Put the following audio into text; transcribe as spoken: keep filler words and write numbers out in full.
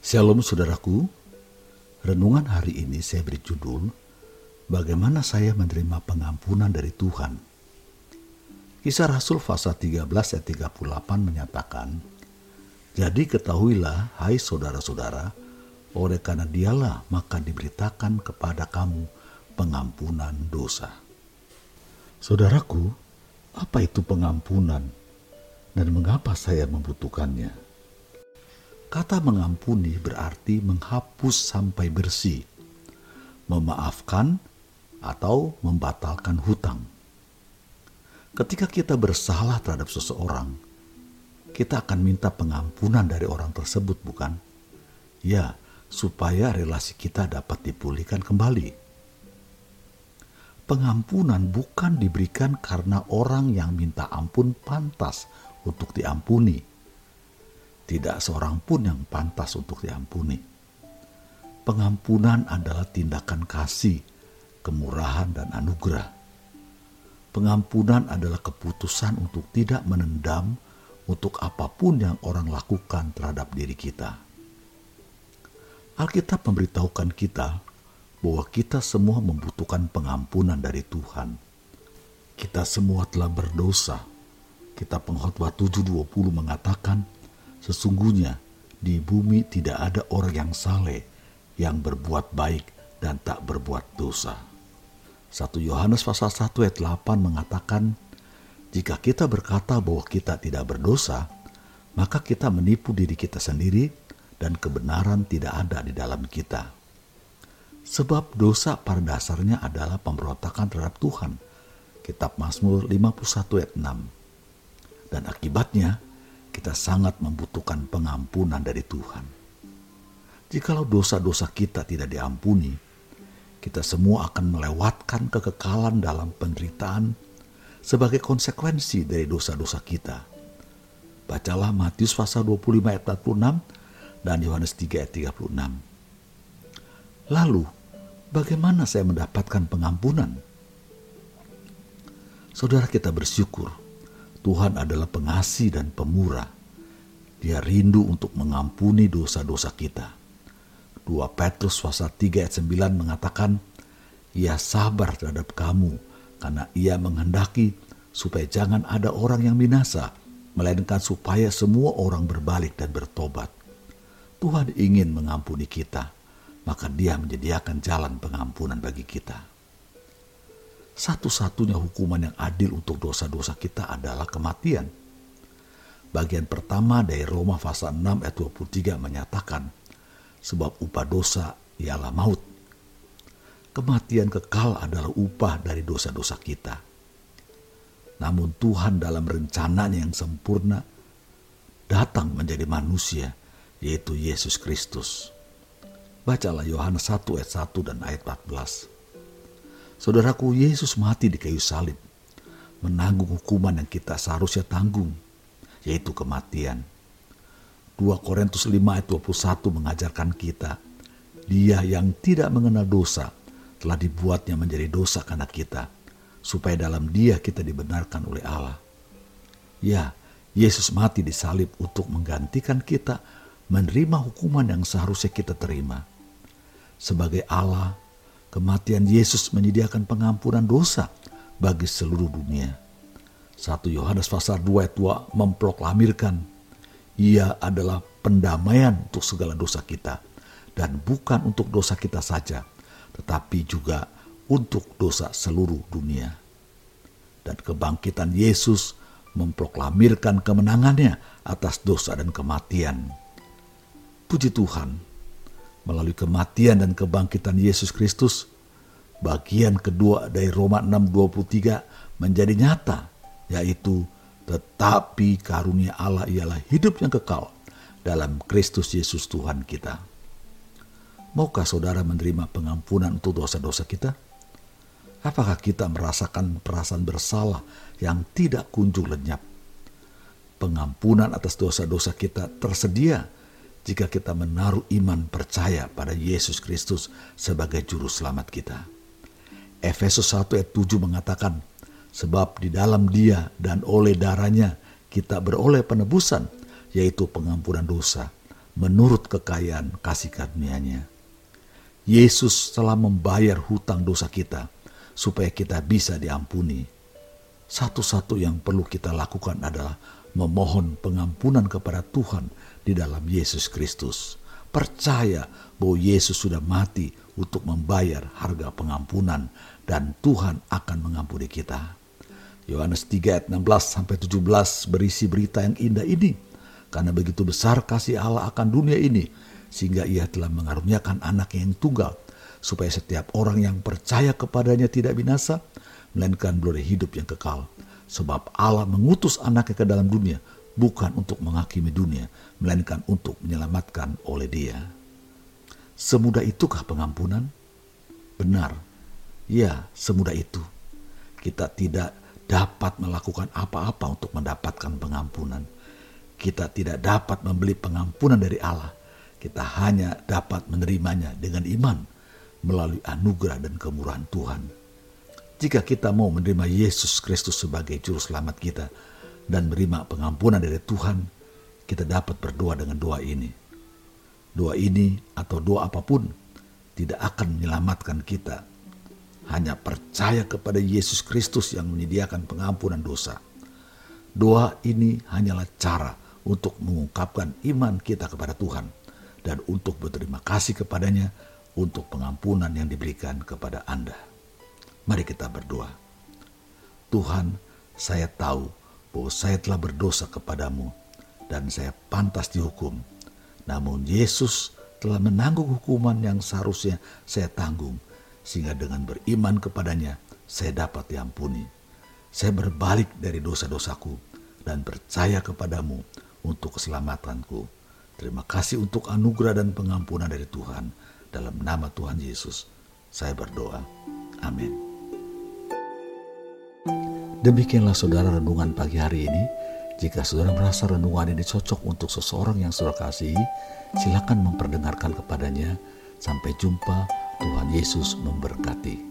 Shalom saudaraku, renungan hari ini saya beri judul, Bagaimana saya menerima pengampunan dari Tuhan. Kisah Rasul pasal tiga belas ayat tiga puluh delapan menyatakan, Jadi ketahuilah hai saudara-saudara, oleh karena dialah maka diberitakan kepada kamu pengampunan dosa. Saudaraku, apa itu pengampunan dan mengapa saya membutuhkannya? Kata mengampuni berarti menghapus sampai bersih, memaafkan atau membatalkan hutang. Ketika kita bersalah terhadap seseorang, kita akan minta pengampunan dari orang tersebut, bukan? Ya, supaya relasi kita dapat dipulihkan kembali. Pengampunan bukan diberikan karena orang yang minta ampun pantas untuk diampuni. Tidak seorang pun yang pantas untuk diampuni. Pengampunan adalah tindakan kasih, kemurahan, dan anugerah. Pengampunan adalah keputusan untuk tidak menendam untuk apapun yang orang lakukan terhadap diri kita. Alkitab memberitahukan kita bahwa kita semua membutuhkan pengampunan dari Tuhan. Kita semua telah berdosa. Kitab Pengkhotbah tujuh dua puluh mengatakan, sesungguhnya di bumi tidak ada orang yang saleh, yang berbuat baik dan tak berbuat dosa. satu Yohanes pasal satu ayat delapan mengatakan, jika kita berkata bahwa kita tidak berdosa, maka kita menipu diri kita sendiri dan kebenaran tidak ada di dalam kita. Sebab dosa pada dasarnya adalah pemberontakan terhadap Tuhan. Kitab Mazmur lima puluh satu ayat enam. Dan akibatnya, kita sangat membutuhkan pengampunan dari Tuhan. Jikalau dosa-dosa kita tidak diampuni, kita semua akan melewatkan kekekalan dalam penderitaan sebagai konsekuensi dari dosa-dosa kita. Bacalah Matius pasal dua puluh lima ayat empat puluh enam dan Yohanes tiga ayat tiga puluh enam. Lalu, bagaimana saya mendapatkan pengampunan? Saudara, kita bersyukur Tuhan adalah pengasih dan pemurah. Dia rindu untuk mengampuni dosa-dosa kita. dua Petrus pasal tiga ayat sembilan mengatakan, Ia sabar terhadap kamu karena Ia menghendaki supaya jangan ada orang yang binasa, melainkan supaya semua orang berbalik dan bertobat. Tuhan ingin mengampuni kita, maka Dia menyediakan jalan pengampunan bagi kita. Satu-satunya hukuman yang adil untuk dosa-dosa kita adalah kematian. Bagian pertama dari Roma pasal enam ayat dua puluh tiga menyatakan, sebab upah dosa ialah maut. Kematian kekal adalah upah dari dosa-dosa kita. Namun Tuhan dalam rencananya yang sempurna datang menjadi manusia, yaitu Yesus Kristus. Bacalah Yohanes satu ayat satu dan ayat empat belas. Saudaraku, Yesus mati di kayu salib, menanggung hukuman yang kita seharusnya tanggung, yaitu kematian. dua Korintus lima ayat dua puluh satu mengajarkan kita, Dia yang tidak mengenal dosa telah dibuatnya menjadi dosa karena kita, supaya dalam Dia kita dibenarkan oleh Allah. Ya, Yesus mati di salib untuk menggantikan kita menerima hukuman yang seharusnya kita terima. Sebagai Allah, kematian Yesus menyediakan pengampunan dosa bagi seluruh dunia. satu Yohanes pasal dua ayat dua memproklamirkan, Ia adalah pendamaian untuk segala dosa kita, dan bukan untuk dosa kita saja, tetapi juga untuk dosa seluruh dunia. Dan kebangkitan Yesus memproklamirkan kemenangannya atas dosa dan kematian. Puji Tuhan, melalui kematian dan kebangkitan Yesus Kristus, bagian kedua dari Roma enam dua puluh tiga menjadi nyata, yaitu tetapi karunia Allah ialah hidup yang kekal dalam Kristus Yesus Tuhan kita. Maukah saudara menerima pengampunan untuk dosa-dosa kita? Apakah kita merasakan perasaan bersalah yang tidak kunjung lenyap? Pengampunan atas dosa-dosa kita tersedia jika kita menaruh iman percaya pada Yesus Kristus sebagai juru selamat kita. Efesus satu ayat tujuh mengatakan, sebab di dalam Dia dan oleh darahnya kita beroleh penebusan, yaitu pengampunan dosa, menurut kekayaan kasih karunia-Nya. Yesus telah membayar hutang dosa kita supaya kita bisa diampuni. Satu-satu yang perlu kita lakukan adalah memohon pengampunan kepada Tuhan di dalam Yesus Kristus. Percaya bahwa Yesus sudah mati untuk membayar harga pengampunan dan Tuhan akan mengampuni kita. Yohanes tiga ayat enam belas sampai tujuh belas berisi berita yang indah ini. Karena begitu besar kasih Allah akan dunia ini, sehingga Ia telah mengaruniakan Anak-Nya yang tunggal, supaya setiap orang yang percaya kepadanya tidak binasa, melainkan beroleh hidup yang kekal. Sebab Allah mengutus Anak-Nya ke dalam dunia, bukan untuk menghakimi dunia, melainkan untuk menyelamatkan oleh Dia. Semudah itukah pengampunan? Benar, ya semudah itu. Kita tidak dapat melakukan apa-apa untuk mendapatkan pengampunan. Kita tidak dapat membeli pengampunan dari Allah. Kita hanya dapat menerimanya dengan iman melalui anugerah dan kemurahan Tuhan. Jika kita mau menerima Yesus Kristus sebagai juru selamat kita dan menerima pengampunan dari Tuhan, kita dapat berdoa dengan doa ini. Doa ini atau doa apapun tidak akan menyelamatkan kita. Hanya percaya kepada Yesus Kristus yang menyediakan pengampunan dosa. Doa ini hanyalah cara untuk mengungkapkan iman kita kepada Tuhan dan untuk berterima kasih kepadanya untuk pengampunan yang diberikan kepada Anda. Mari kita berdoa. Tuhan, saya tahu bahwa saya telah berdosa kepadamu dan saya pantas dihukum. Namun Yesus telah menanggung hukuman yang seharusnya saya tanggung, sehingga dengan beriman kepadanya saya dapat diampuni. Saya berbalik dari dosa-dosaku dan percaya kepadamu untuk keselamatanku. Terima kasih untuk anugerah dan pengampunan dari Tuhan. Dalam nama Tuhan Yesus, saya berdoa. Amin. Demikianlah saudara renungan pagi hari ini. Jika saudara merasa renungan ini cocok untuk seseorang yang saudara kasihi, silakan memperdengarkan kepadanya. Sampai jumpa, Tuhan Yesus memberkati.